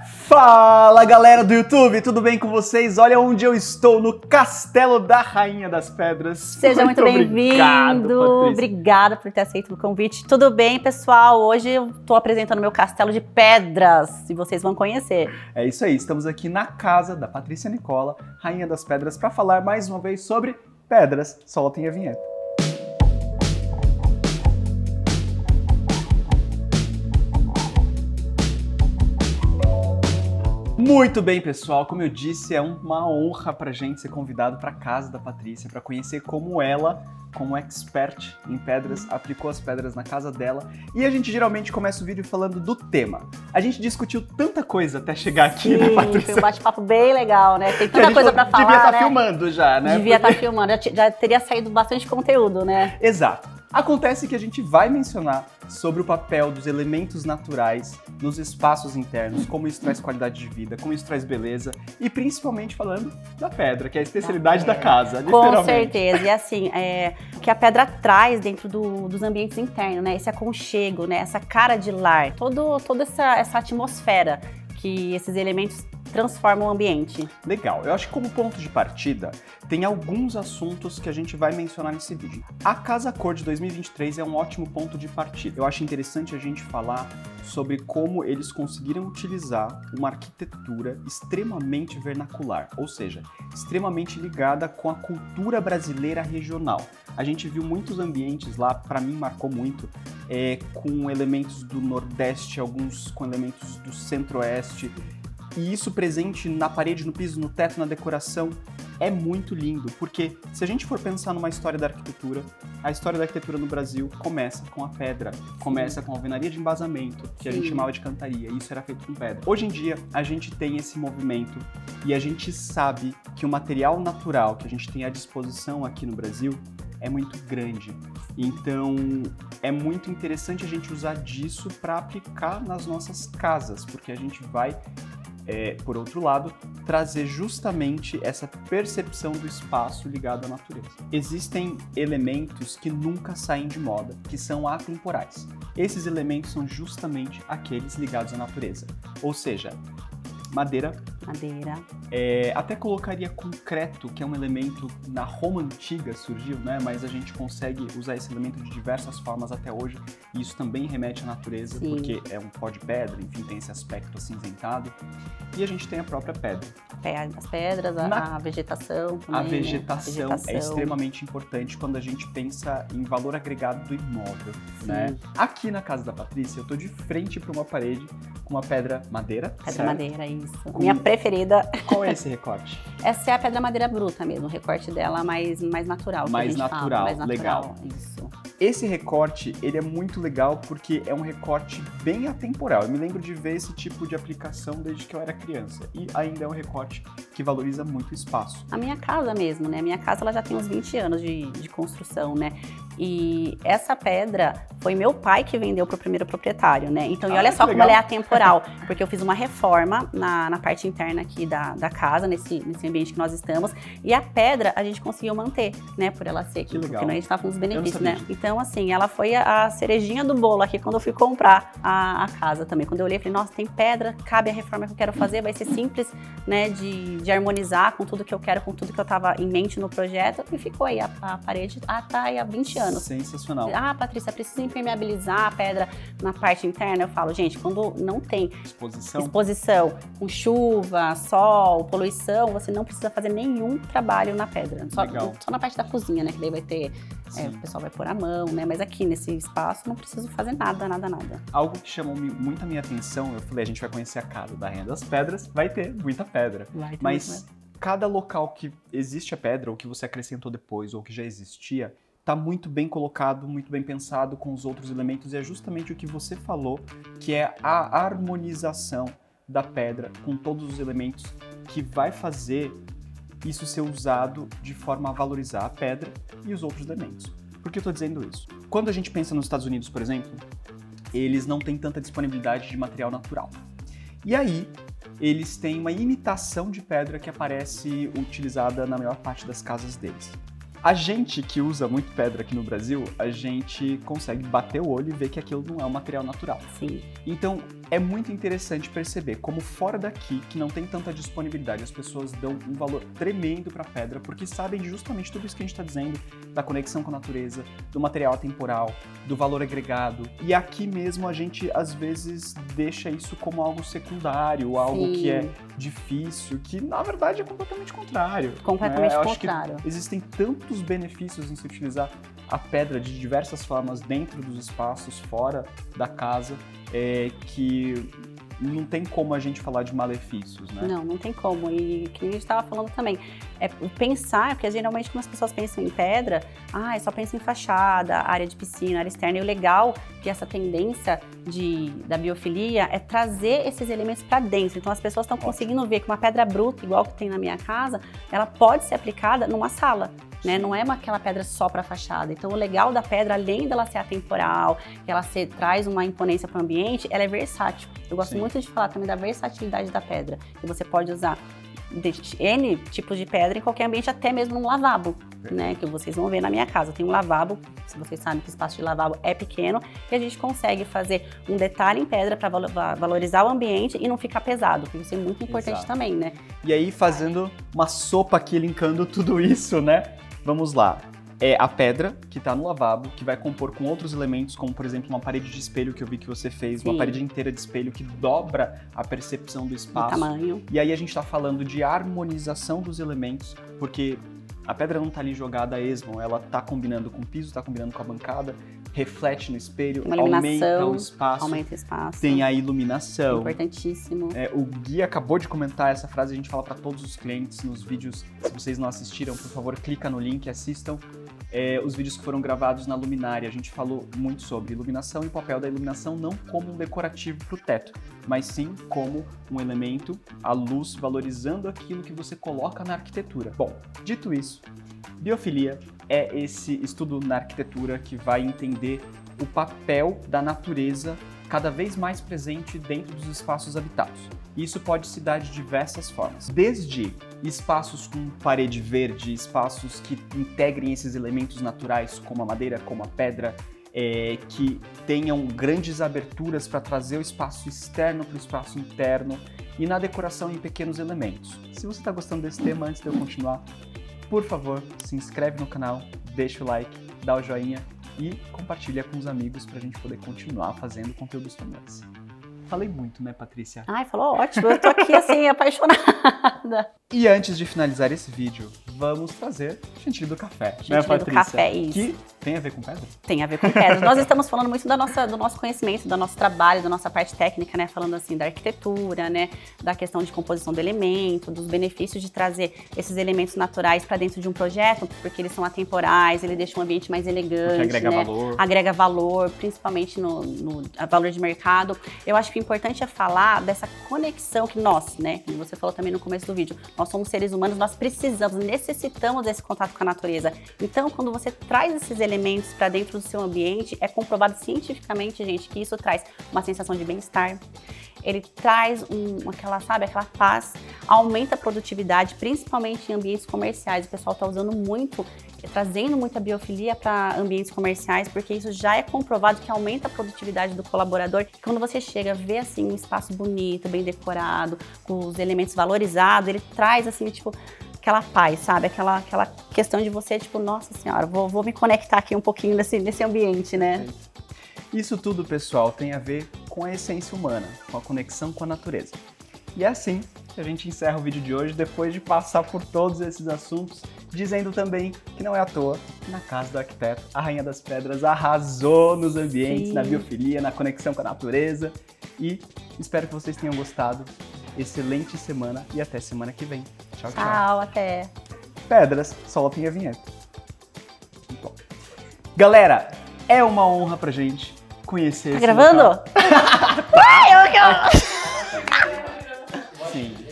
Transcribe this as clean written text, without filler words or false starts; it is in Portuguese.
Fala galera do YouTube, tudo bem com vocês? Olha onde eu estou, no Castelo da Rainha das Pedras. Seja muito bem-vindo, obrigada por ter aceito o convite. Tudo bem, pessoal? Hoje eu estou apresentando meu castelo de pedras e vocês vão conhecer. É isso aí, estamos aqui na casa da Patrícia Nicola, Rainha das Pedras, para falar mais uma vez sobre pedras. Soltem a vinheta. Muito bem, pessoal. Como eu disse, é uma honra pra gente ser convidado para casa da Patrícia, para conhecer como ela, como expert em pedras, aplicou as pedras na casa dela. E a gente geralmente começa o vídeo falando do tema. A gente discutiu tanta coisa até chegar aqui, né, Patrícia? Foi um bate-papo bem legal, né? Tem tanta coisa pra falar, devia estar né? filmando já, né? Devia estar filmando, já teria saído bastante conteúdo, né? Exato. Acontece que a gente vai mencionar sobre o papel dos elementos naturais nos espaços internos, como isso traz qualidade de vida, como isso traz beleza e principalmente falando da pedra, que é a especialidade da casa, literalmente. Com certeza, e assim, o que a pedra traz dentro dos ambientes internos, né? Esse aconchego, né? Essa cara de lar, toda essa atmosfera que esses elementos transformam o ambiente. Legal, eu acho que como ponto de partida, tem alguns assuntos que a gente vai mencionar nesse vídeo. A Casa Cor de 2023 é um ótimo ponto de partida. Eu acho interessante a gente falar sobre como eles conseguiram utilizar uma arquitetura extremamente vernacular, ou seja, extremamente ligada com a cultura brasileira regional. A gente viu muitos ambientes lá, para mim marcou muito, com elementos do Nordeste, alguns com elementos do Centro-Oeste, e isso presente na parede, no piso, no teto, na decoração, é muito lindo, porque se a gente for pensar numa história da arquitetura, a história da arquitetura no Brasil começa com a pedra, começa com a alvenaria de embasamento, que a gente chamava de cantaria, e isso era feito com pedra. Hoje em dia, a gente tem esse movimento e a gente sabe que o material natural que a gente tem à disposição aqui no Brasil é muito grande. Então, é muito interessante a gente usar disso para aplicar nas nossas casas, porque a gente vai por outro lado, trazer justamente essa percepção do espaço ligado à natureza. Existem elementos que nunca saem de moda, que são atemporais. Esses elementos são justamente aqueles ligados à natureza, ou seja, madeira. Até colocaria concreto, que é um elemento na Roma Antiga surgiu, né? Mas a gente consegue usar esse elemento de diversas formas até hoje, e isso também remete à natureza, porque é um pó de pedra, enfim, tem esse aspecto acinzentado. E a gente tem a própria pedra. As pedras, a vegetação também, a vegetação né? É extremamente importante quando a gente pensa em valor agregado do imóvel, né? Aqui na casa da Patrícia, eu tô de frente para uma parede com uma pedra madeira. Madeira, isso. Minha preferida. Qual é esse recorte? Essa é a pedra madeira bruta mesmo, o recorte dela mais natural. Mais natural, legal. Isso. Esse recorte, ele é muito legal porque é um recorte bem atemporal. Eu me lembro de ver esse tipo de aplicação desde que eu era criança. E ainda é um recorte que valoriza muito o espaço. A minha casa mesmo, né? A minha casa ela já tem uns 20 anos de construção, né? E essa pedra foi meu pai que vendeu para o primeiro proprietário, né? Então, e olha só como ela é atemporal, porque eu fiz uma reforma na parte interna aqui da casa, nesse ambiente que nós estamos, e a pedra a gente conseguiu manter, né? Por ela ser aqui, porque a gente estava com os benefícios, né? Então, assim, ela foi a cerejinha do bolo aqui quando eu fui comprar a casa também. Quando eu olhei, eu falei, nossa, tem pedra, cabe a reforma que eu quero fazer, vai ser simples, né? De harmonizar com tudo que eu quero, com tudo que eu estava em mente no projeto, e ficou aí a parede, tá aí há 20 anos. Sensacional. Ah, Patrícia, precisa impermeabilizar a pedra na parte interna. Eu falo, gente, quando não tem exposição com chuva, sol, poluição, você não precisa fazer nenhum trabalho na pedra. Só na parte da cozinha, né? Que daí vai ter, o pessoal vai pôr a mão, né? Mas aqui nesse espaço não preciso fazer nada. Algo que chamou muito a minha atenção, eu falei, a gente vai conhecer a casa da Rainha das Pedras, vai ter muita pedra. Mas cada local que existe a pedra, ou que você acrescentou depois, ou que já existia, está muito bem colocado, muito bem pensado com os outros elementos, e é justamente o que você falou, que é a harmonização da pedra com todos os elementos que vai fazer isso ser usado de forma a valorizar a pedra e os outros elementos. Por que eu estou dizendo isso? Quando a gente pensa nos Estados Unidos, por exemplo, eles não têm tanta disponibilidade de material natural. E aí, eles têm uma imitação de pedra que aparece utilizada na maior parte das casas deles. A gente que usa muito pedra aqui no Brasil, a gente consegue bater o olho e ver que aquilo não é um material natural. Sim. Então, é muito interessante perceber como fora daqui, que não tem tanta disponibilidade, as pessoas dão um valor tremendo para a pedra, porque sabem justamente tudo isso que a gente está dizendo, da conexão com a natureza, do material atemporal, do valor agregado. E aqui mesmo a gente, às vezes, deixa isso como algo secundário, algo Sim. que é difícil, que na verdade é completamente contrário. Completamente Eu contrário. acho que existem tantos benefícios em se utilizar a pedra de diversas formas dentro dos espaços, fora da casa, que não tem como a gente falar de malefícios, né? Não tem como. E que a gente estava falando também, é pensar, porque geralmente quando as pessoas pensam em pedra, só pensa em fachada, área de piscina, área externa. E o legal que essa tendência da biofilia é trazer esses elementos para dentro. Então as pessoas estão conseguindo ver que uma pedra bruta, igual que tem na minha casa, ela pode ser aplicada numa sala. Né? Não é aquela pedra só para fachada. Então, o legal da pedra, além dela ser atemporal, que ela traz uma imponência para o ambiente, ela é versátil. Eu gosto muito de falar também da versatilidade da pedra. Que você pode usar N tipos de pedra em qualquer ambiente, até mesmo num lavabo, né? Que vocês vão ver na minha casa. Tem um lavabo, se vocês sabem que o espaço de lavabo é pequeno, e a gente consegue fazer um detalhe em pedra para valorizar o ambiente e não ficar pesado, porque isso é muito importante também, né? E aí, fazendo uma sopa aqui, linkando tudo isso, né? Vamos lá. É a pedra que está no lavabo, que vai compor com outros elementos, como por exemplo uma parede de espelho que eu vi que você fez, uma parede inteira de espelho que dobra a percepção do espaço. O tamanho. E aí a gente está falando de harmonização dos elementos, porque a pedra não está ali jogada a esmo, ela está combinando com o piso, está combinando com a bancada, reflete no espelho, aumenta o espaço. Tem a iluminação. Importantíssimo. O Gui acabou de comentar essa frase, a gente fala para todos os clientes nos vídeos. Se vocês não assistiram, por favor, clica no link e assistam os vídeos que foram gravados na luminária. A gente falou muito sobre iluminação e o papel da iluminação não como um decorativo para o teto, mas sim como um elemento, a luz valorizando aquilo que você coloca na arquitetura. Bom, dito isso, biofilia é esse estudo na arquitetura que vai entender o papel da natureza cada vez mais presente dentro dos espaços habitados. Isso pode se dar de diversas formas, desde espaços com parede verde, espaços que integrem esses elementos naturais, como a madeira, como a pedra, que tenham grandes aberturas para trazer o espaço externo para o espaço interno, e na decoração em pequenos elementos. Se você está gostando desse tema, antes de eu continuar, por favor, se inscreve no canal, deixa o like, dá o joinha e compartilha com os amigos para a gente poder continuar fazendo conteúdos como esse. Falei muito, né, Patrícia? Falou ótimo. Eu tô aqui, assim, apaixonada. E antes de finalizar esse vídeo, vamos fazer o chantilly do café, né, Patrícia? Do café, isso. Que tem a ver com pedra? Tem a ver com pedra. Nós estamos falando muito do nosso conhecimento, do nosso trabalho, da nossa parte técnica, né? Falando assim da arquitetura, né? Da questão de composição do elemento, dos benefícios de trazer esses elementos naturais para dentro de um projeto, porque eles são atemporais, ele deixa um ambiente mais elegante, porque agrega valor. Agrega valor, principalmente no valor de mercado. Eu acho que o importante é falar dessa conexão que nós, né? Como você falou também no começo do vídeo, nós somos seres humanos, nós necessitamos desse contato com a natureza. Então, quando você traz esses elementos para dentro do seu ambiente, é comprovado cientificamente, gente, que isso traz uma sensação de bem-estar. Ele traz aquela paz, aumenta a produtividade, principalmente em ambientes comerciais. O pessoal está usando muito, trazendo muita biofilia para ambientes comerciais, porque isso já é comprovado que aumenta a produtividade do colaborador. Quando você chega a ver assim um espaço bonito, bem decorado, com os elementos valorizados, ele traz assim, tipo, aquela paz, sabe? Aquela questão de você, tipo, nossa senhora, vou me conectar aqui um pouquinho nesse ambiente, né? Isso tudo, pessoal, tem a ver com a essência humana, com a conexão com a natureza. E é assim que a gente encerra o vídeo de hoje, depois de passar por todos esses assuntos, dizendo também que não é à toa que na casa do arquiteto, a Rainha das Pedras arrasou nos ambientes, Sim. na biofilia, na conexão com a natureza. E espero que vocês tenham gostado. Excelente semana e até semana que vem. Tchau, tchau. Tchau, até. Pedras, soltem a vinheta. Bom. Galera, é uma honra pra gente conhecer esse gravando? Tá. Ai, Sim.